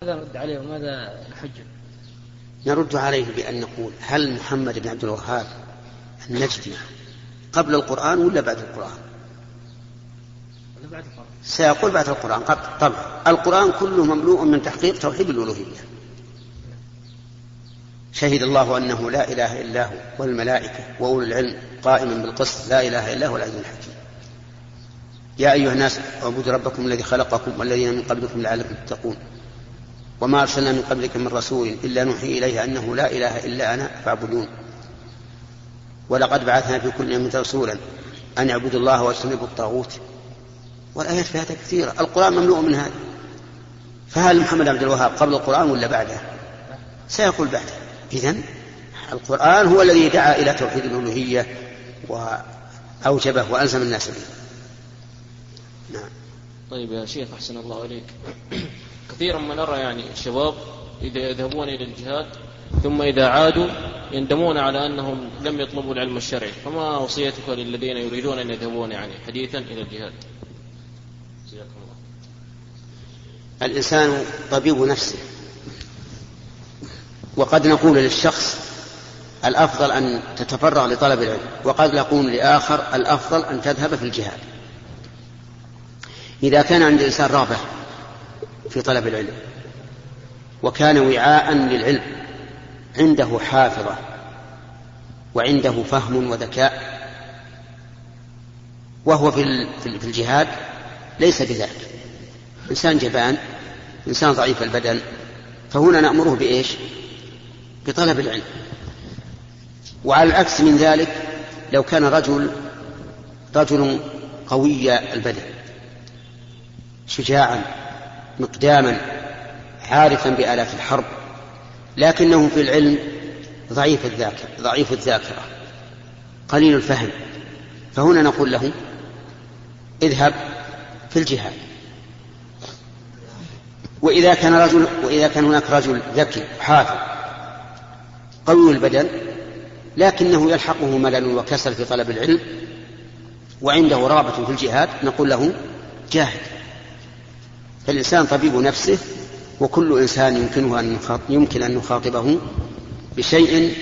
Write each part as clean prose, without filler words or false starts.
ماذا نرد عليه وماذا الحجة؟ نرد عليه بأن نقول هل محمد بن عبد الوهاب النجدي قبل القرآن ولا بعد القرآن؟ سيقول بعد القرآن طبعا. القرآن كله مملوء من تحقيق توحيد الألوهية. شهد الله أنه لا إله إلا هو والملائكة وأولو العلم قائما بالقسط لا إله إلا هو العزيز الحكيم. يا أيها الناس اعبدوا ربكم الذي خلقكم والذين من قبلكم لعلكم تتقون وما أرسلنا من قبلك من رسول إلا نوحي إليه أنه لا إله إلا أنا فاعبدون ولقد بعثنا في كل أمة رسولا أن يعبدوا الله واجتنبوا الطاغوت. والآيات في هذا كثيرة. القرآن مملوء من هذا. فهل محمد عبد الوهاب قبل القرآن ولا بعده؟ سيقول بعده. إذن القرآن هو الذي دعا إلى توحيد الألوهية وأوجبه وألزم الناس به. نعم. طيب يا شيخ أحسن الله إليك، كثيرا ما نرى يعني الشباب إذا يذهبون إلى الجهاد ثم إذا عادوا يندمون على أنهم لم يطلبوا العلم الشرعي، فما وصيتك للذين يريدون أن يذهبون يعني حديثا إلى الجهاد؟ الإنسان طبيب نفسه، وقد نقول للشخص الأفضل أن تتفرغ لطلب العلم، وقد نقول لآخر الأفضل أن تذهب في الجهاد. إذا كان عند الإنسان رغبة في طلب العلم وكان وعاء للعلم عنده حافظة وعنده فهم وذكاء وهو في الجهاد ليس بذلك، إنسان جبان إنسان ضعيف البدن، فهنا نأمره بإيش؟ بطلب العلم. وعلى العكس من ذلك لو كان رجل قوي البدن شجاعا مقداما عارفا بآلات الحرب لكنه في العلم ضعيف الذاكرة قليل الفهم، فهنا نقول له اذهب في الجهاد. وإذا كان هناك رجل ذكي حافظ قوي البدن لكنه يلحقه ملل وكسل في طلب العلم وعنده رغبة في الجهاد نقول له جاهد. فالإنسان طبيب نفسه، وكل إنسان يمكن أن نخاطبه بشيء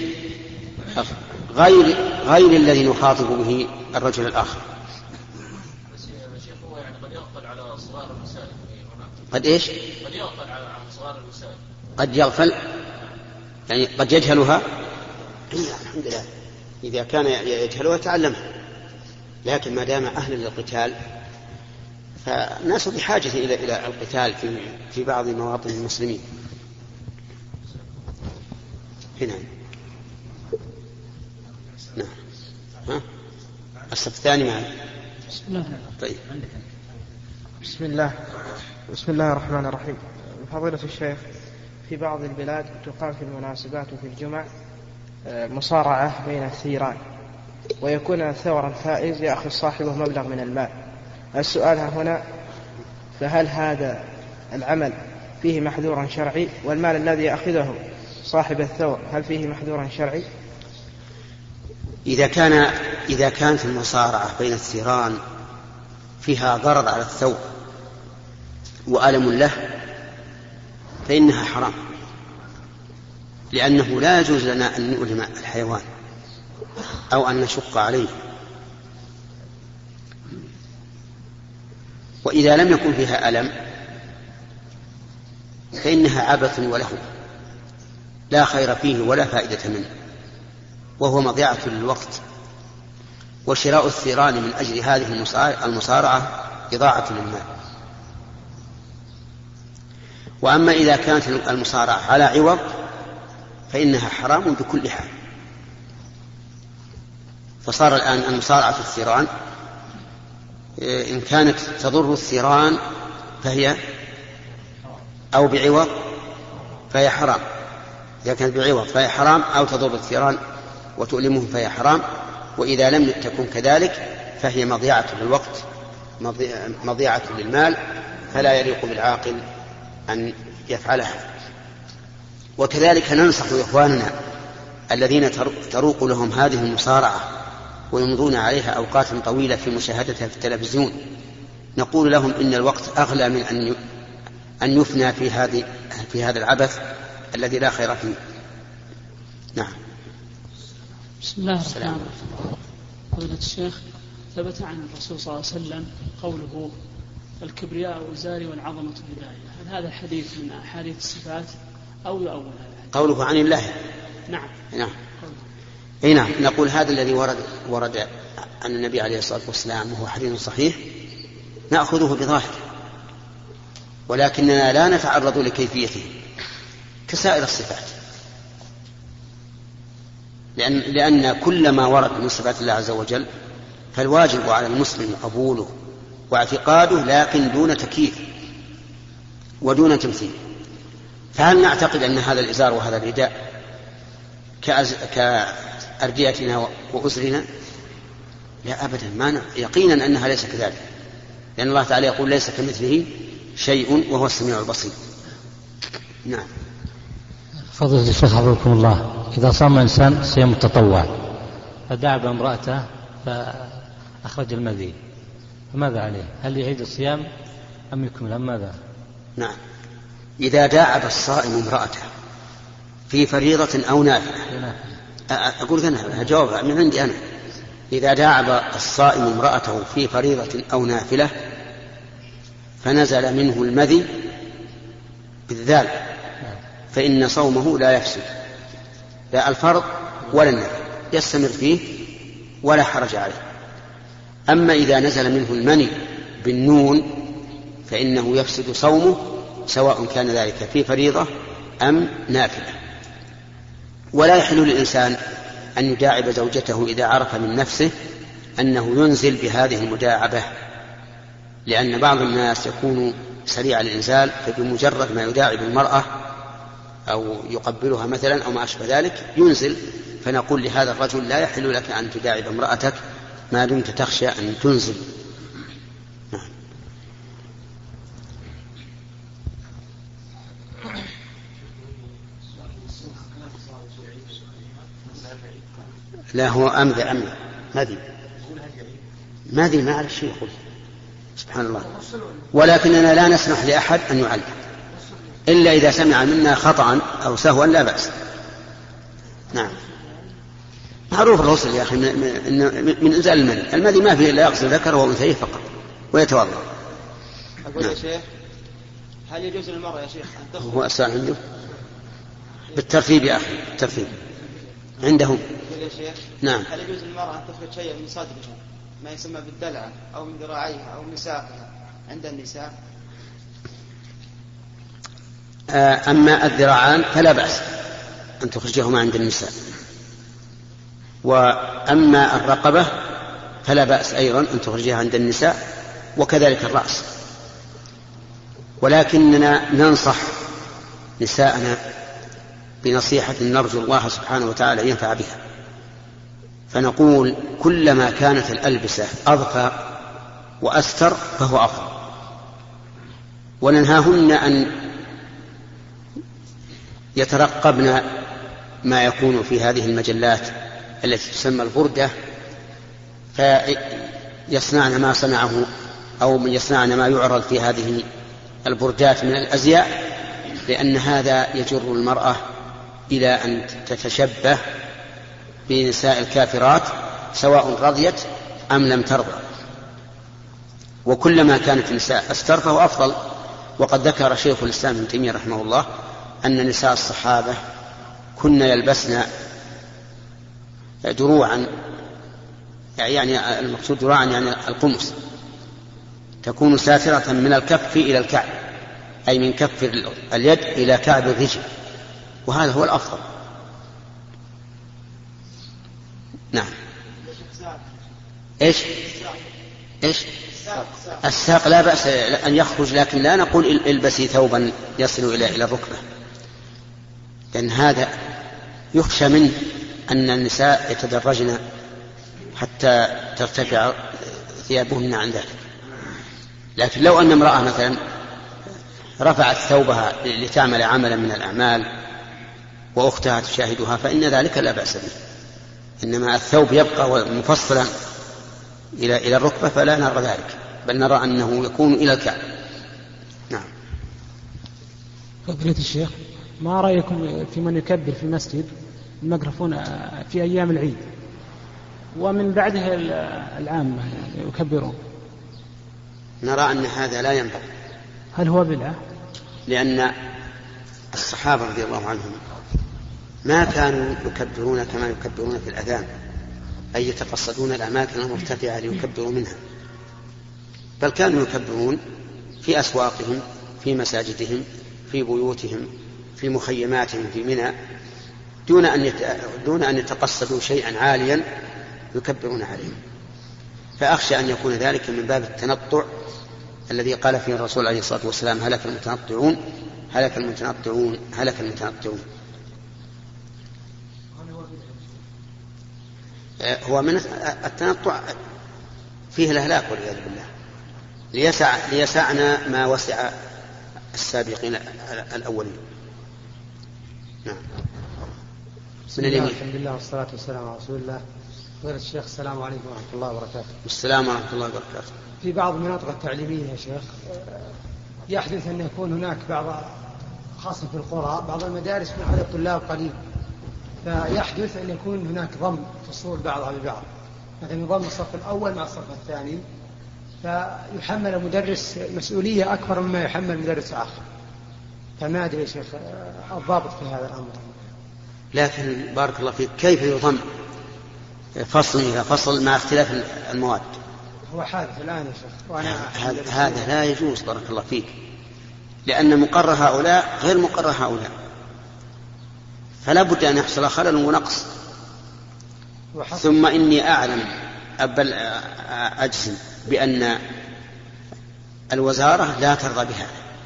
غير الذي نخاطب به الرجل الآخر. قد إيش؟ قد يغفل على صغار المسائل. قد يغفل يعني قد يجهلها. الحمد لله إذا كان يجهلها تعلمها، لكن ما دام أهلا للقتال فالناس بحاجة إلى القتال في بعض مواطن المسلمين. هنا نعم. ها الصف الثاني معنا. بسم الله. طيب. بسم الله الرحمن الرحيم. فضيلة الشيخ، في بعض البلاد تقام في المناسبات وفي الجمع مصارعة بين الثيران، ويكون الثور الفائز يأخذ صاحبه مبلغ من المال. السؤال هنا، فهل هذا العمل فيه محذور شرعي؟ والمال الذي يأخذه صاحب الثور هل فيه محذور شرعي؟ إذا كانت المصارعة بين الثيران فيها ضرر على الثور وألم له فإنها حرام، لأنه لا يجوز لنا أن نؤلم الحيوان أو أن نشق عليه. وإذا لم يكن فيها ألم فإنها عبث وله لا خير فيه ولا فائدة منه، وهو مضيعة للوقت. وشراء الثيران من أجل هذه المصارعة إضاعة للمال. وأما إذا كانت المصارعة على عوض فإنها حرام بكل حال. فصار الآن المصارعة في الثيران إن كانت تضر الثيران فهي أو بعوض فهي حرام. إذا كانت بعوض فهي حرام، أو تضر الثيران وتؤلمه فهي حرام. وإذا لم تكن كذلك فهي مضيعة للوقت مضيعة للمال، فلا يليق بالعاقل أن يفعلها. وكذلك ننصح إخواننا الذين تروق لهم هذه المصارعة ويمضون عليها أوقات طويلة في مشاهدتها في التلفزيون، نقول لهم إن الوقت أغلى من أن يفنى في هذا العبث الذي لا خير فيه. نعم. بسم الله الرحمن الرحيم. فضيلة الشيخ، ثبت عن الرسول صلى الله عليه وسلم قوله الكبرياء إزاري والعظمة ردائي، هل هذا الحديث من أحاديث الصفات أو يؤول هذا الحديث؟ قوله عن الله. نعم. نعم. أي نعم، نقول هذا الذي ورد عن النبي عليه الصلاة والسلام وهو حديث صحيح نأخذه بظاهره، ولكننا لا نتعرض لكيفيته كسائر الصفات، لأن كل ما ورد من صفات الله عز وجل فالواجب على المسلم قبوله واعتقاده، لكن دون تكييف ودون تمثيل. فهل نعتقد أن هذا الإزار وهذا الرداء كأرديتنا وأزرنا؟ لا أبدا، ما يقينا أنها ليس كذلك، لأن الله تعالى يقول ليس كمثله شيء وهو السميع البصير. نعم. فضيلة الشيخ حفظكم الله، إذا صام إنسان صيام التطوع فدعب امرأته فأخرج المذي، فماذا عليه؟ هل يعيد الصيام أم يكمل أم ماذا؟ نعم، إذا داعب الصائم امرأته في فريضة أو نافلة، أقول أنا هجاوب من عندي أنا، إذا داعب الصائم امرأته في فريضة أو نافلة فنزل منه المذي بالذال فإن صومه لا يفسد، لا الفرض ولا النفل، يستمر فيه ولا حرج عليه. أما إذا نزل منه المني بالنون فإنه يفسد صومه سواء كان ذلك في فريضة أم نافلة. ولا يحل للإنسان أن يداعب زوجته إذا عرف من نفسه أنه ينزل بهذه المداعبة، لأن بعض الناس يكون سريع الإنزال، فبمجرد ما يداعب المرأة أو يقبلها مثلا أو ما أشبه ذلك ينزل. فنقول لهذا الرجل لا يحل لك أن تداعب امرأتك ما دمت تخشى أن تنزل. لا هو أمذى ماذي ما أعرف شيء يقول، سبحان الله. ولكننا لا نسمح لأحد أن يعلم إلا إذا سمع منا خطأ أو سهوا لا بأس. نعم، معروف الغسل يا أخي من إنزال المذي ما فيه إلا يغسل ذكره وأنثيه فقط ويتوضأ. أقول يا شيخ، هل يجوز للمرأة يا شيخ أن تخرج؟ هو أسأل عنده بالترتيب يا أخي، بالترتيب عندهم. يا شيخ، نعم. هل يجوز للمرأة أن تخرج شيئا من صدرها ما يسمى بالدلعة أو من ذراعيها أو من ساقها عند النساء؟ أما الذراعان فلا بأس أن تخرجهما عند النساء، وأما الرقبة فلا بأس أيضا أن تخرجها عند النساء، وكذلك الرأس. ولكننا ننصح نساءنا بنصيحة نرجو الله سبحانه وتعالى أن ينفع بها، فنقول كلما كانت الألبسة أضفى وأستر فهو أفضل، وننهاهن أن يترقبن ما يكون في هذه المجلات التي تسمى البردة فيصنعن ما صنعه أو يصنعن ما يعرض في هذه البردات من الأزياء، لأن هذا يجر المرأة إلى أن تتشبه بنساء الكافرات سواء رضيت أم لم ترضى. وكلما كانت النساء أستر فهو أفضل. وقد ذكر شيخ الإسلام ابن تيمية رحمه الله أن نساء الصحابة كن يلبسن دروعا، يعني المقصود دروعا يعني القمص، تكون ساترة من الكف إلى الكعب، أي من كف اليد إلى كعب الرجل، وهذا هو الأفضل. نعم. إيش الساق لا بأس أن يخرج، لكن لا نقول البسي ثوبا يصل إلى الركبة، لأن هذا يخشى منه أن النساء يتدرجن حتى ترتفع ثيابهن عن ذلك. لكن لو أن امرأة مثلا رفعت ثوبها لتعمل عملا من الأعمال وأختها تشاهدها فإن ذلك لا بأس به، إنما الثوب يبقى مفصلا إلى الركبة فلا نرى ذلك، بل نرى أنه يكون إلى الكعب. نعم. فضيلة الشيخ، ما رأيكم في من يكبر في المسجد الميكروفون في أيام العيد ومن بعدها العامة يعني يكبرون؟ نرى أن هذا لا ينبغي. هل هو بدعة؟ لأن الصحابة رضي الله عنهم ما كانوا يكبرون كما يكبرون في الأذان، أي يتقصدون الأماكن المرتفعة ليكبروا منها، بل كانوا يكبرون في أسواقهم، في مساجدهم، في بيوتهم، في مخيماتهم في منى، دون أن يتقصدوا شيئا عاليا يكبرون عليه. فأخشى أن يكون ذلك من باب التنطع الذي قال فيه الرسول عليه الصلاة والسلام: هلك المتنطعون هلك المتنطعون هلك المتنطعون. هو من التنطع فيه الهلاك والعياذ بالله، ليسعنا ما وسع السابقين الأولين. نعم. بسم الله الحمد لله والصلاة والسلام على رسول الله. فضيلة الشيخ، السلام عليكم ورحمة الله وبركاته. السلام ورحمة الله وبركاته. في بعض المناطق التعليمية يا شيخ يحدث أن يكون هناك بعض، خاصة في القرى، بعض المدارس من عدد الطلاب قليل، فيحدث أن يكون هناك ضم فصول بعضها ببعض، مثلا يضم الصف الأول مع الصف الثاني، فيحمل المدرس مسؤولية أكبر مما يحمل مدرس آخر. فما أدري يا شيخ الضابط في هذا الأمر. لكن بارك الله فيك، كيف يضم فصل إلى فصل مع اختلاف المواد؟ هو حادث الآن يا شيخ، هذا لا يجوز بارك الله فيك، لأن مقرر هؤلاء غير مقرر هؤلاء، فلا بد أن يحصل خلل ونقص. ثم إني أعلم بل أجزم بأن الوزارة لا ترضى بها،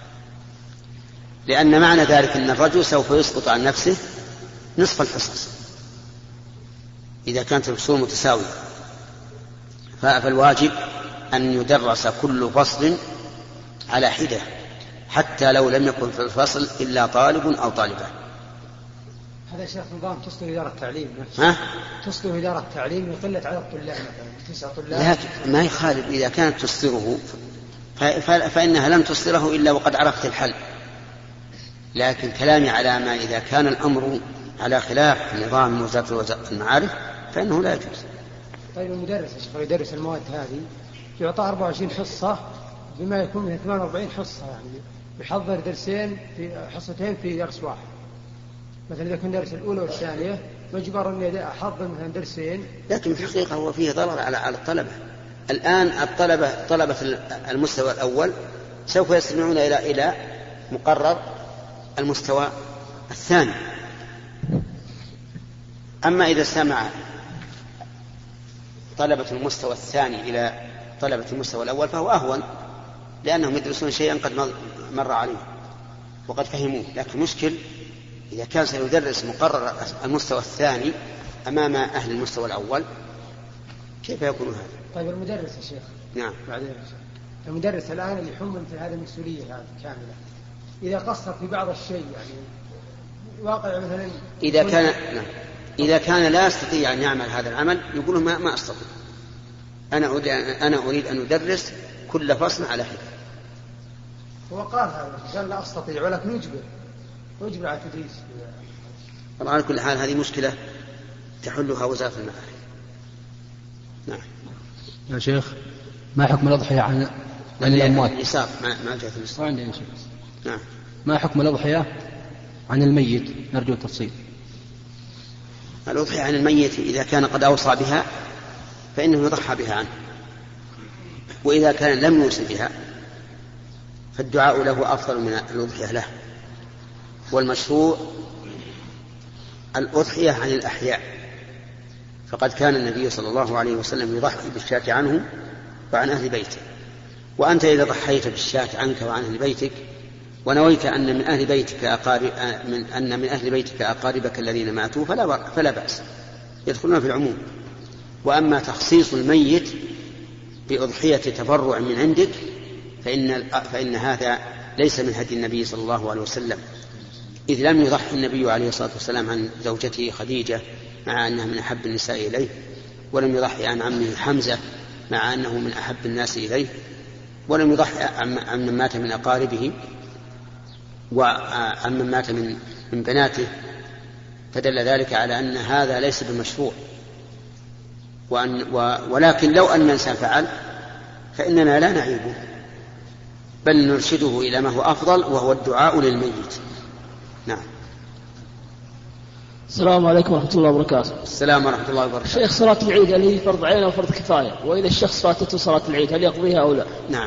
لأن معنى ذلك أن الرجل سوف يسقط عن نفسه نصف الحصص إذا كانت الفصول متساوية. فالواجب أن يدرس كل فصل على حدة، حتى لو لم يكن في الفصل إلا طالب أو طالبة. هذا شيخ نظام تصدر إدارة التعليم نفسه. تصدر إدارة التعليم لقلة عدد الطلاب، مثلا 9 طلاب. ما يخالف إذا كانت تصدره، فإنها لم تصدره إلا وقد عرفت الحل. لكن كلامي على ما إذا كان الأمر على خلاف نظام وزارة المعارف فإنه لا يجوز. طيب المدرس يدرس المواد هذه يعطى 24 حصة بما يكون من 48 حصة، يعني يحضر درسين في حصتين في درس واحد. مثلا إذا كان درس الأولى والثانية مجبر أن أحضر مثلا درسين. لكن في الحقيقة هو فيه ضرر على الطلبة. الآن طلبة المستوى الأول سوف يستمعون إلى مقرر المستوى الثاني. أما إذا استمع طلبة المستوى الثاني إلى طلبة المستوى الأول فهو أهون، لأنهم يدرسون شيئا قد مر عليه وقد فهموه. لكن مشكل إذا كان سيدرس مقرر المستوى الثاني أمام أهل المستوى الأول، كيف يكون هذا؟ طيب المدرس يا شيخ. نعم. بعدين يا شيخ، المدرس الآن اللي يحمل في هذه المسؤولية هذه كاملة، إذا قصر في بعض الشيء يعني واقع مثلا إذا كان لا يستطيع أن يعمل هذا العمل يقول ما أستطيع، أنا أريد أن أدرس كل فصل على حدة. هو قال هذا، قال لا أستطيع، ولكن يجبر على التدريس. طبعا على كل حال هذه مشكلة تحلها وزارة المعارف. نعم. يا شيخ، ما حكم الأضحية عن الأموات؟ الإساف ما جاء في الإساف. عندي شيخ. نعم. ما حكم الأضحية عن الميت؟ نرجو التفصيل. الأضحية عن الميت إذا كان قد أوصى بها فإنه يضحى بها عنه، وإذا كان لم يوصي بها فالدعاء له أفضل من الأضحية له. والمشروع الأضحية عن الأحياء، فقد كان النبي صلى الله عليه وسلم يضحي بالشاة عنه وعن أهل بيته. وأنت إذا ضحيت بالشاة عنك وعن أهل بيتك ونويت أن من أهل بيتك أقاربك الذين ماتوا فلا بأس، يدخلون في العموم. وأما تخصيص الميت بأضحية تبرع من عندك فإن هذا ليس من هدي النبي صلى الله عليه وسلم، إذ لم يضحي النبي عليه الصلاة والسلام عن زوجته خديجة مع أنها من أحب النساء إليه، ولم يضحي عن عمه حمزة مع أنه من أحب الناس إليه، ولم يضحي عن من مات من أقاربه وعن من مات من بناته، فدل ذلك على أن هذا ليس بمشروع. ولكن لو أن الإنسان فعل فإننا لا نعيبه، بل نرشده إلى ما هو أفضل، وهو الدعاء للميت. نعم. السلام عليكم ورحمة الله وبركاته. السلام ورحمة الله وبركاته. شيخ، صلاة العيد هل هي فرض عين أو فرض كفاية؟ وإذا الشخص فاتته صلاة العيد هل يقضيها أو لا؟ نعم.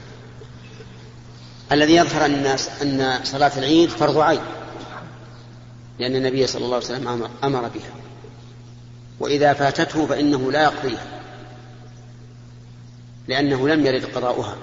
الذي يظهر الناس أن صلاة العيد فرض عين، لأن النبي صلى الله عليه وسلم أمر بها، وإذا فاتته فإنه لا يقضيها، لأنه لم يرد قضاؤها،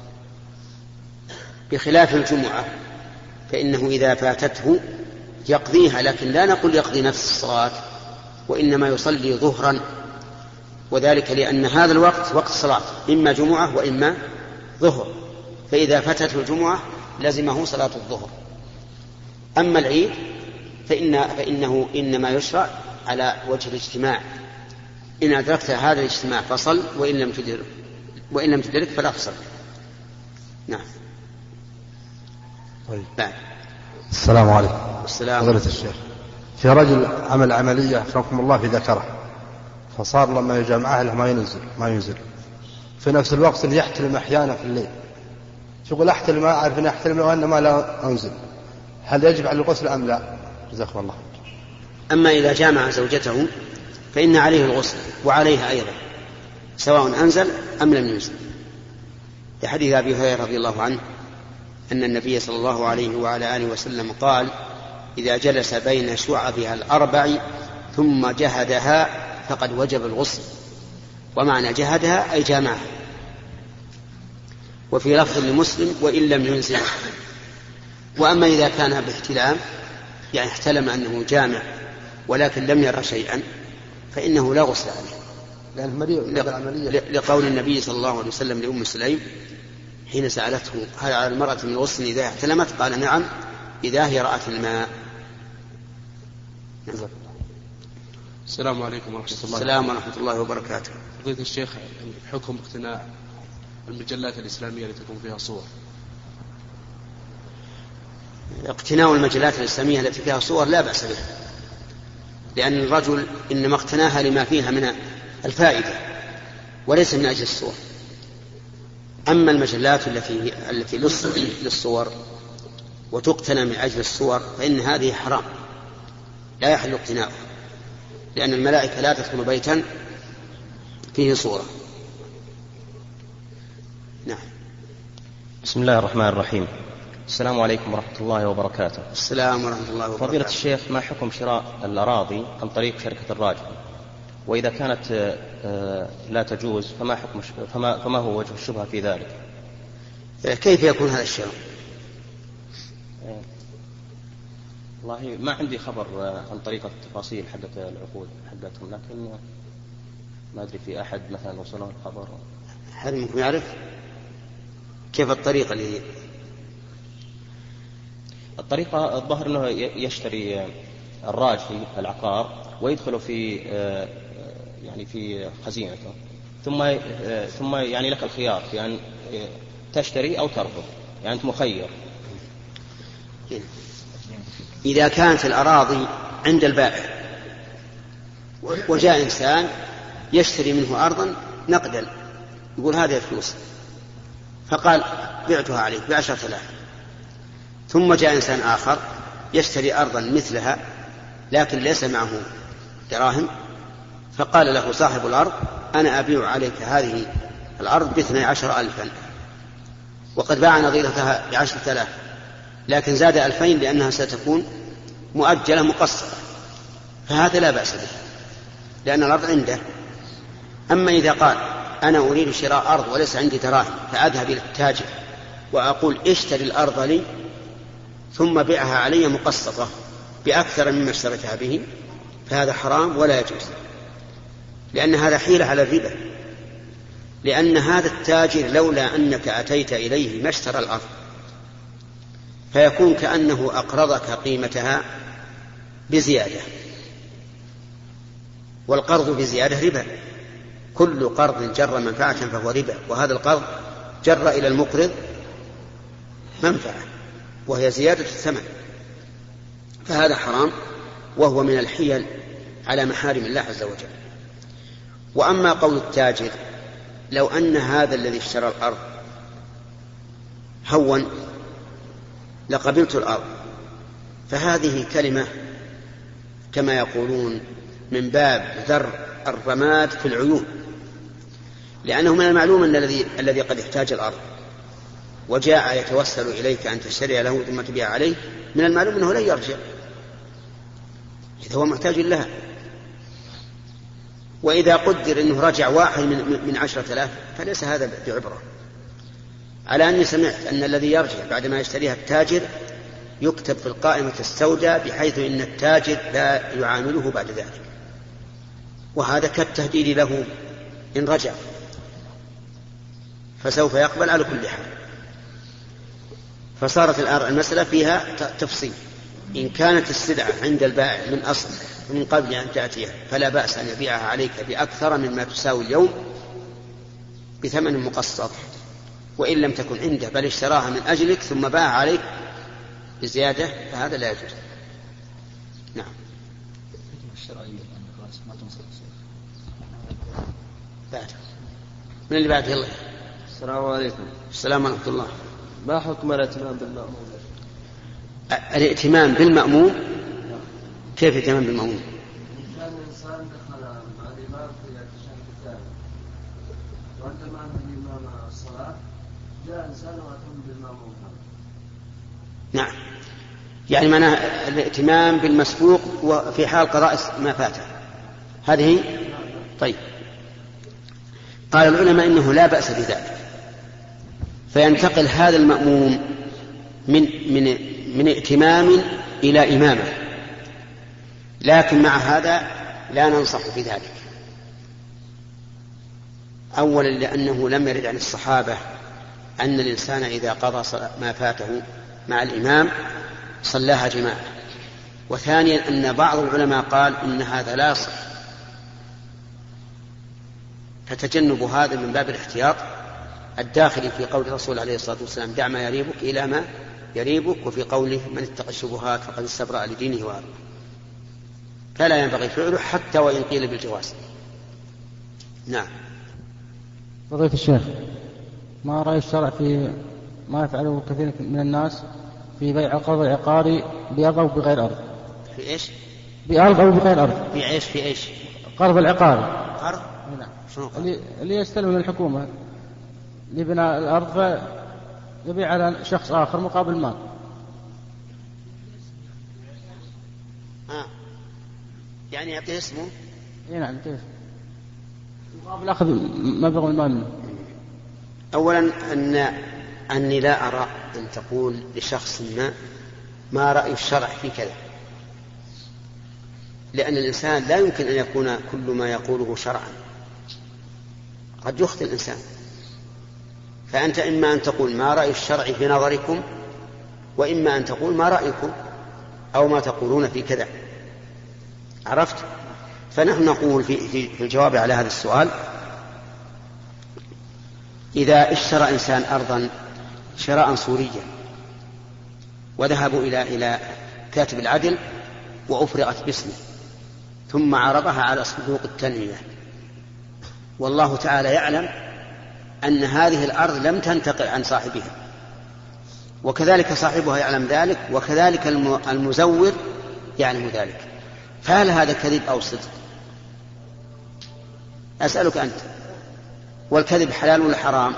بخلاف الجمعة فإنه إذا فاتته يقضيها، لكن لا نقول يقضي نفس الصلاة، وإنما يصلي ظهرا، وذلك لأن هذا الوقت وقت صلاة، إما جمعة وإما ظهر، فإذا فاتته الجمعة لزمه صلاة الظهر. أما العيد فإنه إنما يشرع على وجه الاجتماع، إن أدركت هذا الاجتماع فصل، وإن لم تدرك فلا تصل. نعم. طيب. بعد. السلام عليكم. السلام. فضيلة الشيخ، في رجل عمل عملية أكرمكم الله في ذكره، فصار لما يجي مع أهله ما ينزل في نفس الوقت اللي يحتلم أحيانا في الليل، يقول أحتلم، ما أعرف أن أحتلم وأنما لا أنزل، هل يجب على الغسل أم لا؟ جزاكم الله. أما إذا جامع زوجته فإن عليه الغسل وعليها أيضا، سواء أنزل أم لم ينزل، لحديث أبي هريرة رضي الله عنه أن النبي صلى الله عليه وعلى آله وسلم قال: إذا جلس بين شعبها الأربع ثم جهدها فقد وجب الغسل. ومعنى جهدها أي جامعها. وفي لفظ لمسلم: وإن لم ينزل. وأما إذا كان باحتلام، يعني احتلم أنه جامع ولكن لم يرى شيئا، فإنه لا غسل عليه، لقول النبي صلى الله عليه وسلم لأم سليم حين سألته: هل على المرأة من غسل إذا احتلمت؟ قال: نعم، إذا هي رأت الماء. السلام عليكم ورحمة الله. السلام ورحمة الله وبركاته. فضيلة الشيخ، حكم اقتناء المجلات الإسلامية التي تكون فيها صور؟ اقتناء المجلات الإسلامية التي فيها صور لا بأس به، لأن الرجل إنما اقتناها لما فيها من الفائدة وليس من أجل الصور. أما المجلات التي للصور وتقتنى من أجل الصور فإن هذه حرام، لا يحل اقتناؤها، لأن الملائكة لا تدخل بيتا فيه صورة. نعم. بسم الله الرحمن الرحيم. السلام عليكم ورحمة الله وبركاته. السلام ورحمة الله وبركاته. فضيلة الشيخ، ما حكم شراء الأراضي عن طريق شركة الراجحة؟ وإذا كانت لا تجوز فما هو وجه الشبهة في ذلك؟ كيف يكون هذا الشراء؟ والله ما عندي خبر عن طريقة التفاصيل حقت العقود حقتهم، لكن ما أدري في أحد مثلا وصله الخبر. هل ممكن يعرف كيف الطريقة اللي الطريقة؟ الظاهر أنه يشتري الراجحي العقار ويدخله في يعني في خزينته، ثم يعني لك الخيار في أن تشتري أو ترفض، يعني أنت مخير. إذا كانت الأراضي عند البائع وجاء إنسان يشتري منه أرضا نقدا، يقول هذه الفلوس، فقال بعتها عليك ب10,000، ثم جاء إنسان آخر يشتري أرضا مثلها لكن ليس معه دراهم، فقال له صاحب الأرض: أنا أبيع عليك هذه الأرض ب12,000، وقد باع نظيرتها ب10,000، لكن زاد 2,000 لأنها ستكون مؤجلة مقسطة، فهذا لا بأس به لأن الأرض عنده. أما إذا قال: أنا أريد شراء أرض وليس عندي دراهم، فأذهب إلى التاجر وأقول: اشتري الأرض لي ثم بيعها علي مقسطة بأكثر مما اشتريتها به، فهذا حرام ولا يجوز، لأن هذا حيلة على الربا، لأن هذا التاجر لولا أنك أتيت إليه ما اشترى الأرض، فيكون كأنه أقرضك قيمتها بزيادة، والقرض بزيادة ربا، كل قرض جر منفعة فهو ربا، وهذا القرض جر إلى المقرض منفعة، وهي زيادة الثمن، فهذا حرام وهو من الحيل على محارم الله عز وجل. وأما قول التاجر لو أن هذا الذي اشترى الأرض هون لقبلت الأرض، فهذه كلمة كما يقولون من باب ذر الرماد في العيون، لأنه من المعلوم أن الذي قد احتاج الأرض وجاء يتوسل إليك أن تشتري له ثم تبيع عليه، من المعلوم أنه لن يرجع إذا هو محتاج لها. وإذا قدر أنه رجع واحد من 10,000 فليس هذا بعبرة. على أني سمعت أن الذي يرجع بعدما يشتريها التاجر يكتب في القائمة السوداء بحيث أن التاجر لا يعامله بعد ذلك، وهذا كالتهديد له إن رجع، فسوف يقبل على كل حال. فصارت المسألة فيها تفصيل. إن كانت السلعة عند البائع من أصل من قبل أن تأتيها فلا بأس أن يبيعها عليك بأكثر مما تساوي اليوم بثمن مقسط، وإن لم تكن عنده بل اشتراها من أجلك ثم باع عليك بزيادة فهذا لا يجوز. نعم. بعد من اللي بعد؟ يلا. السلام عليكم. السلام ورحمة الله. ما حكم الائتمام بالمأموم؟ الائتمام بالمأموم كيف الائتمام بالمأموم؟ كان الإنسان دخل مع الإمام في التشهد الثاني وعندما أنهى الإمام الصلاة جاء إنسان وأتم بالمأموم. نعم، يعني معناه الائتمام بالمسبوق وفي حال قضاء ما فاته هذه. طيب، قال العلماء إنه لا بأس بذلك، فينتقل هذا المأموم من ائتمام إلى إمامة، لكن مع هذا لا ننصح بذلك. أولا لأنه لم يرد عن الصحابة أن الإنسان إذا قضى ما فاته مع الإمام صلاها جماعة، وثانيا أن بعض العلماء قال إن هذا لا يصح، فتجنب هذا من باب الاحتياط الداخل في قول الرسول عليه الصلاة والسلام دع ما يريبك إلى ما يريبك، وفي قوله من اتقى الشبهات فقد استبرأ لدينه وعرضه، فلا ينبغي فعله حتى وإن قيل بالجواز. نعم. فضيلة الشيخ، ما رأي الشرع في ما يفعله كثير من الناس في بيع القرض العقاري بأرض أو بغير أرض؟ في إيش؟ بأرض أو بغير أرض. في إيش؟ قرض العقاري. قرض؟ نعم. اللي يستلم من الحكومة لبناء الأرض يبيع على شخص آخر مقابل مال. يعني يعطيه اسمه؟ نعم، كيف؟ مقابل أخذ مبلغ المال منه. أولا أني لا أرى أن تقول لشخص ما رأي الشرع في كذا، لأن الإنسان لا يمكن أن يكون كل ما يقوله شرعا، قد يخطئ الإنسان. فأنت إما أن تقول ما رأي الشرع في نظركم، وإما أن تقول ما رأيكم أو ما تقولون في كذا. عرفت؟ فنحن نقول في الجواب على هذا السؤال: إذا اشترى إنسان أرضا شراء صوريا وذهبوا إلى كاتب العدل وأفرغت باسمه ثم عرضها على صندوق التنمية، والله تعالى يعلم أن هذه الأرض لم تنتقل عن صاحبها، وكذلك صاحبها يعلم ذلك، وكذلك المزور يعلم ذلك، فهل هذا كذب أو صدق؟ أسألك أنت، والكذب حلال ولا حرام؟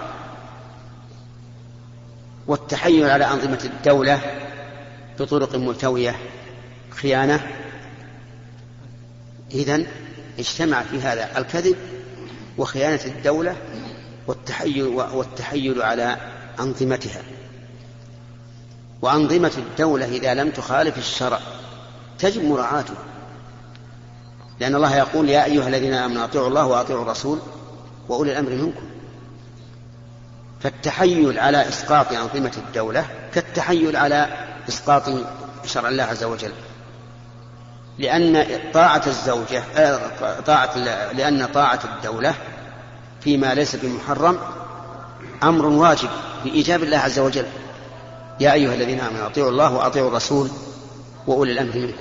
والتحيل على أنظمة الدولة بطرق ملتوية خيانة. إذن اجتمع في هذا الكذب وخيانة الدولة والتحيل على أنظمتها. وأنظمة الدولة إذا لم تخالف الشرع تجب مراعاته، لأن الله يقول يا أيها الذين آمنوا أطيعوا الله وأطيعوا الرسول وأولي الأمر منكم. فالتحيل على إسقاط أنظمة الدولة كالتحيل على إسقاط شرع الله عز وجل، لأن طاعة الدولة فيما ليس بمحرم أمر واجب بإيجاب الله عز وجل، يا أيها الذين آمنوا أطيعوا الله وأطيعوا الرسول وأولي الأمر منكم.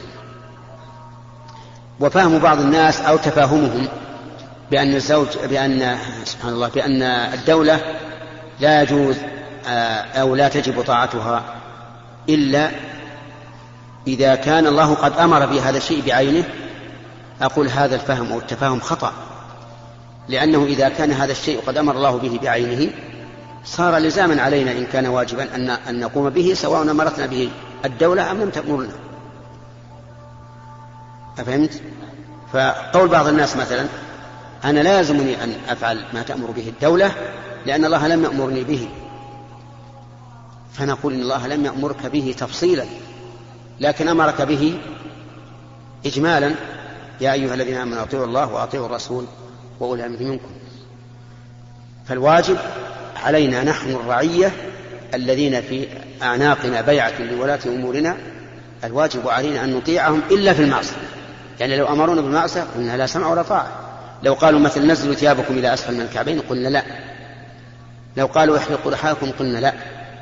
وفهم بعض الناس أو تفاهمهم بأن سبحان الله بأن الدولة لا يجوز أو لا تجب طاعتها إلا إذا كان الله قد أمر بهذا الشيء بعينه. أقول هذا الفهم أو التفاهم خطأ، لأنه إذا كان هذا الشيء قد أمر الله به بعينه صار لزاما علينا إن كان واجبا أن نقوم به سواء أمرتنا به الدولة أم لم تأمرنا. أفهمت؟ فقول بعض الناس مثلا أنا لا يلزمني أن أفعل ما تأمر به الدولة لأن الله لم يأمرني به، فنقول إن الله لم يأمرك به تفصيلا لكن أمرك به إجمالا، يا أيها الذين آمنوا أطيعوا الله وأطيعوا الرسول وأولي الأمر منكم. فالواجب علينا نحن الرعية الذين في أعناقنا بيعة لولاة أمورنا، الواجب علينا أن نطيعهم إلا في المعصية. يعني لو أمرونا بالمعصية قلنا لا سمع ولا طاعة. لو قالوا مثل نزلوا ثيابكم إلى أسفل من الكعبين قلنا لا. لو قالوا احلقوا لحاكم قلنا لا.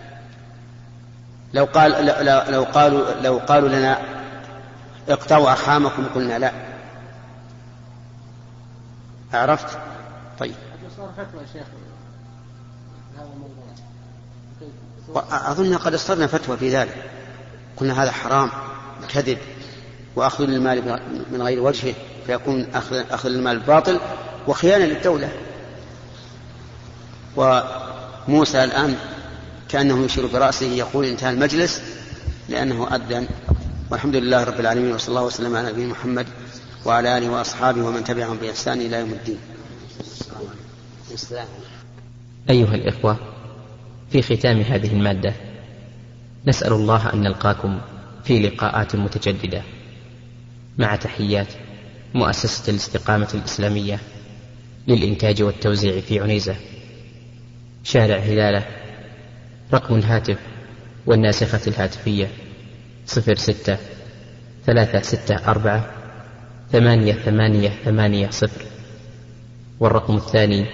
لو قالوا لنا اقطعوا أرحامكم قلنا لا. عرفت؟ طيب أظن قد أصدرنا فتوى في ذلك، قلنا هذا حرام كذب وأخذ المال من غير وجهه فيكون أخذ المال باطل وخيانة للدولة. وموسى الآن كأنه يشير برأسه يقول انتهى المجلس لأنه أذن. والحمد لله رب العالمين وصلى الله وسلم على نبينا محمد وعلى آله وأصحابه ومن تبعهم بإحسان إلى يوم الدين. أيها الإخوة، في ختام هذه المادة نسأل الله أن نلقاكم في لقاءات متجددة، مع تحيات مؤسسة الاستقامة الإسلامية للإنتاج والتوزيع في عنيزة، شارع هلالة. رقم الهاتف والناسخة الهاتفية 06-364-8880، والرقم الثاني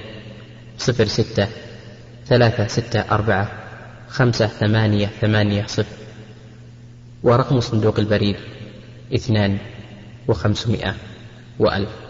06-364-5880، ورقم صندوق البريد 2500 و1000.